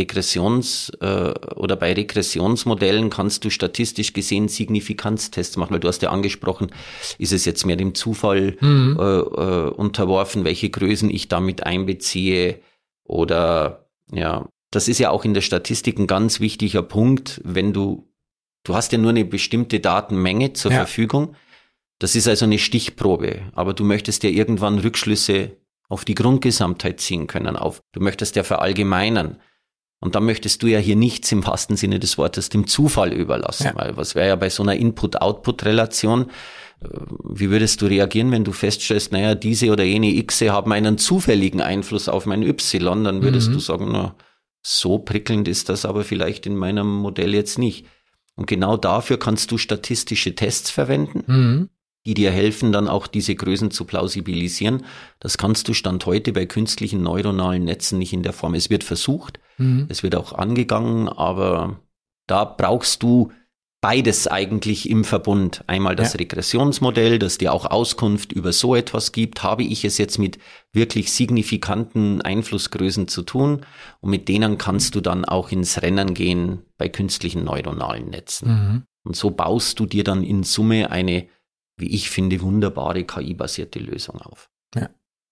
S2: Regressionsmodellen kannst du statistisch gesehen Signifikanztests machen, weil du hast ja angesprochen, ist es jetzt mehr dem Zufall unterworfen, welche Größen ich damit einbeziehe oder das ist ja auch in der Statistik ein ganz wichtiger Punkt, wenn du hast ja nur eine bestimmte Datenmenge zur Verfügung, das ist also eine Stichprobe, aber du möchtest ja irgendwann Rückschlüsse auf die Grundgesamtheit ziehen können, du möchtest ja verallgemeinern. Und dann möchtest du ja hier nichts im wahrsten Sinne des Wortes dem Zufall überlassen, weil was wäre ja bei so einer Input-Output-Relation, wie würdest du reagieren, wenn du feststellst, naja, diese oder jene Xe haben einen zufälligen Einfluss auf mein Y, dann würdest du sagen, na, so prickelnd ist das aber vielleicht in meinem Modell jetzt nicht. Und genau dafür kannst du statistische Tests verwenden, die dir helfen, dann auch diese Größen zu plausibilisieren. Das kannst du Stand heute bei künstlichen neuronalen Netzen nicht in der Form. Es wird versucht, es wird auch angegangen, aber da brauchst du beides eigentlich im Verbund. Einmal das Regressionsmodell, das dir auch Auskunft über so etwas gibt. Habe ich es jetzt mit wirklich signifikanten Einflussgrößen zu tun? Und mit denen kannst du dann auch ins Rennen gehen bei künstlichen neuronalen Netzen. Und so baust du dir dann in Summe eine, wie ich finde, wunderbare KI-basierte Lösung auf.
S1: Ja.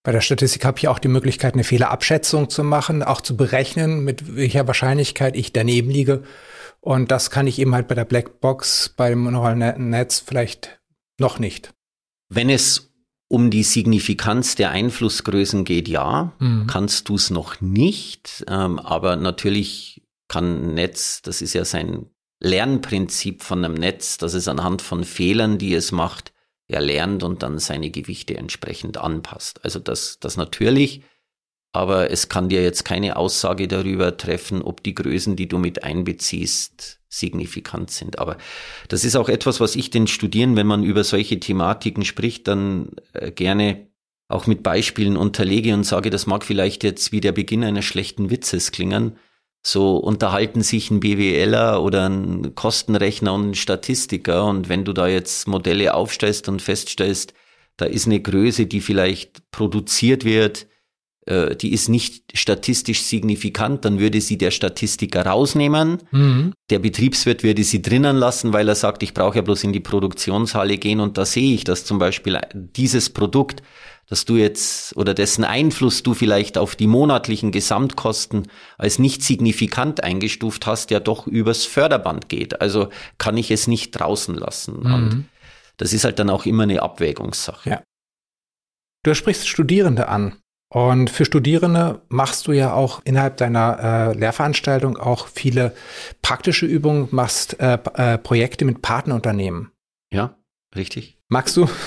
S1: Bei der Statistik habe ich auch die Möglichkeit, eine Fehlerabschätzung zu machen, auch zu berechnen, mit welcher Wahrscheinlichkeit ich daneben liege. Und das kann ich eben halt bei der Blackbox, beim neuronalen Netz vielleicht noch nicht.
S2: Wenn es um die Signifikanz der Einflussgrößen geht, ja, kannst du es noch nicht. Aber natürlich kann ein Netz, das ist ja sein Lernprinzip von einem Netz, dass es anhand von Fehlern, die es macht, er lernt und dann seine Gewichte entsprechend anpasst. Also das natürlich, aber es kann dir jetzt keine Aussage darüber treffen, ob die Größen, die du mit einbeziehst, signifikant sind. Aber das ist auch etwas, was ich den Studierenden, wenn man über solche Thematiken spricht, dann gerne auch mit Beispielen unterlege und sage, das mag vielleicht jetzt wie der Beginn eines schlechten Witzes klingen. So unterhalten sich ein BWLer oder ein Kostenrechner und ein Statistiker. Und wenn du da jetzt Modelle aufstellst und feststellst, da ist eine Größe, die vielleicht produziert wird, die ist nicht statistisch signifikant, dann würde sie der Statistiker rausnehmen. Der Betriebswirt würde sie drinnen lassen, weil er sagt, ich brauche ja bloß in die Produktionshalle gehen. Und da sehe ich, dass zum Beispiel dieses Produkt, dass du jetzt oder dessen Einfluss du vielleicht auf die monatlichen Gesamtkosten als nicht signifikant eingestuft hast, ja doch übers Förderband geht. Also kann ich es nicht draußen lassen. Und das ist halt dann auch immer eine Abwägungssache.
S1: Ja. Du sprichst Studierende an. Und für Studierende machst du ja auch innerhalb deiner Lehrveranstaltung auch viele praktische Übungen, machst Projekte mit Partnerunternehmen.
S2: Ja, richtig.
S1: Magst du?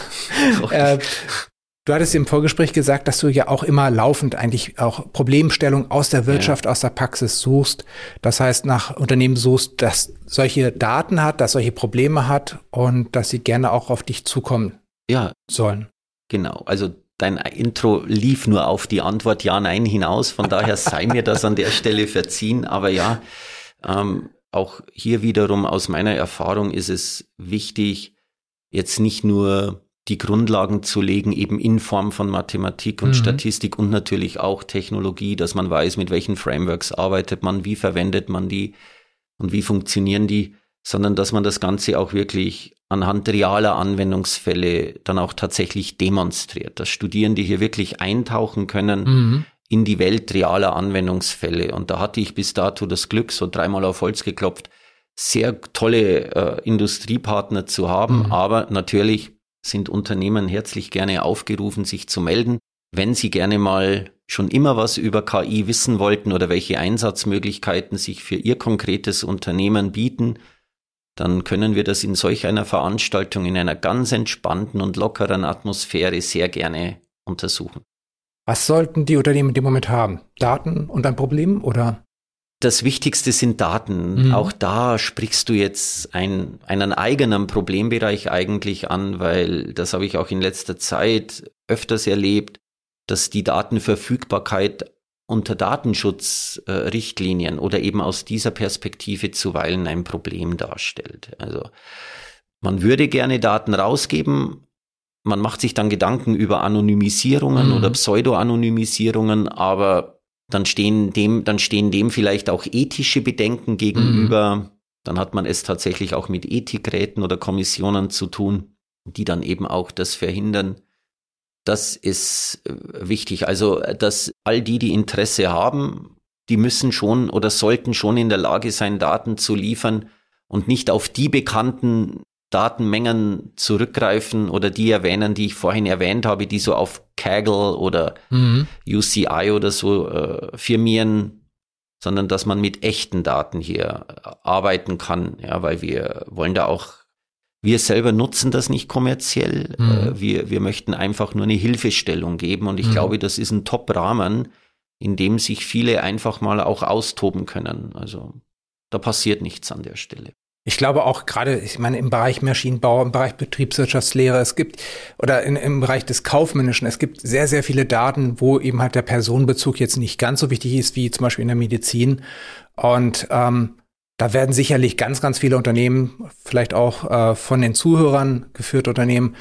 S1: Du hattest im Vorgespräch gesagt, dass du ja auch immer laufend eigentlich auch Problemstellungen aus der Wirtschaft, aus der Praxis suchst. Das heißt, nach Unternehmen suchst, das solche Daten hat, das solche Probleme hat und dass sie gerne auch auf dich zukommen sollen.
S2: Genau. Also dein Intro lief nur auf die Antwort Ja, Nein hinaus. Von daher sei mir das an der Stelle verziehen. Aber ja, auch hier wiederum aus meiner Erfahrung ist es wichtig, jetzt nicht nur die Grundlagen zu legen, eben in Form von Mathematik und Statistik und natürlich auch Technologie, dass man weiß, mit welchen Frameworks arbeitet man, wie verwendet man die und wie funktionieren die, sondern dass man das Ganze auch wirklich anhand realer Anwendungsfälle dann auch tatsächlich demonstriert, dass Studierende hier wirklich eintauchen können in die Welt realer Anwendungsfälle. Und da hatte ich bis dato das Glück, so 3-mal auf Holz geklopft, sehr tolle Industriepartner zu haben, aber natürlich sind Unternehmen herzlich gerne aufgerufen, sich zu melden, wenn sie gerne mal schon immer was über KI wissen wollten oder welche Einsatzmöglichkeiten sich für ihr konkretes Unternehmen bieten, dann können wir das in solch einer Veranstaltung in einer ganz entspannten und lockeren Atmosphäre sehr gerne untersuchen.
S1: Was sollten die Unternehmen in dem Moment haben? Daten und ein Problem oder?
S2: Das Wichtigste sind Daten. Auch da sprichst du jetzt einen eigenen Problembereich eigentlich an, weil das habe ich auch in letzter Zeit öfters erlebt, dass die Datenverfügbarkeit unter Datenschutzrichtlinien oder eben aus dieser Perspektive zuweilen ein Problem darstellt. Also man würde gerne Daten rausgeben, man macht sich dann Gedanken über Anonymisierungen oder Pseudo-Anonymisierungen, aber dann stehen dem vielleicht auch ethische Bedenken gegenüber. Dann hat man es tatsächlich auch mit Ethikräten oder Kommissionen zu tun, die dann eben auch das verhindern. Das ist wichtig. Also, dass all die Interesse haben, die müssen schon oder sollten schon in der Lage sein, Daten zu liefern und nicht auf die bekannten Datenmengen zurückgreifen oder die erwähnen, die ich vorhin erwähnt habe, die so auf Kaggle oder UCI oder so firmieren, sondern dass man mit echten Daten hier arbeiten kann, ja, weil wir wollen da auch, wir selber nutzen das nicht kommerziell, wir möchten einfach nur eine Hilfestellung geben und ich glaube, das ist ein Top-Rahmen, in dem sich viele einfach mal auch austoben können. Also da passiert nichts an der Stelle.
S1: Ich glaube auch gerade, ich meine, im Bereich Maschinenbau, im Bereich Betriebswirtschaftslehre, es gibt, oder im Bereich des Kaufmännischen, es gibt sehr, sehr viele Daten, wo eben halt der Personenbezug jetzt nicht ganz so wichtig ist, wie zum Beispiel in der Medizin. Und da werden sicherlich ganz, ganz viele Unternehmen, vielleicht auch von den Zuhörern geführte Unternehmen,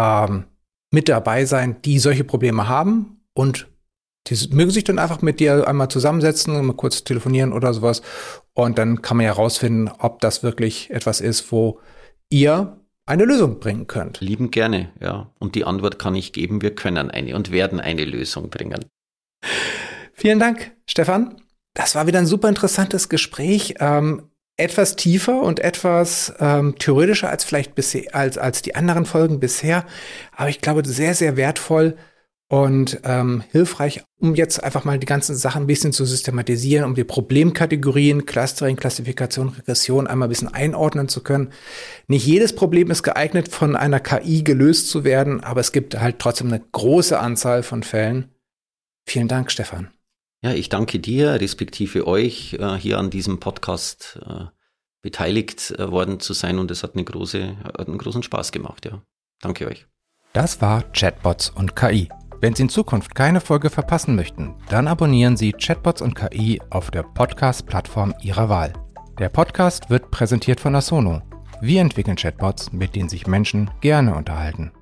S1: mit dabei sein, die solche Probleme haben und die mögen sich dann einfach mit dir einmal zusammensetzen und mal kurz telefonieren oder sowas. Und dann kann man ja rausfinden, ob das wirklich etwas ist, wo ihr eine Lösung bringen könnt.
S2: Liebend gerne, ja. Und die Antwort kann ich geben, wir können eine und werden eine Lösung bringen.
S1: Vielen Dank, Stefan. Das war wieder ein super interessantes Gespräch. Etwas tiefer und etwas theoretischer als vielleicht bisher, als die anderen Folgen bisher. Aber ich glaube, sehr, sehr wertvoll und hilfreich, um jetzt einfach mal die ganzen Sachen ein bisschen zu systematisieren, um die Problemkategorien, Clustering, Klassifikation, Regression einmal ein bisschen einordnen zu können. Nicht jedes Problem ist geeignet, von einer KI gelöst zu werden, aber es gibt halt trotzdem eine große Anzahl von Fällen. Vielen Dank, Stefan.
S2: Ja, ich danke dir, respektive euch, hier an diesem Podcast beteiligt worden zu sein, und es hat einen großen Spaß gemacht, ja. Danke euch.
S1: Das war Chatbots und KI. Wenn Sie in Zukunft keine Folge verpassen möchten, dann abonnieren Sie Chatbots und KI auf der Podcast-Plattform Ihrer Wahl. Der Podcast wird präsentiert von Asono. Wir entwickeln Chatbots, mit denen sich Menschen gerne unterhalten.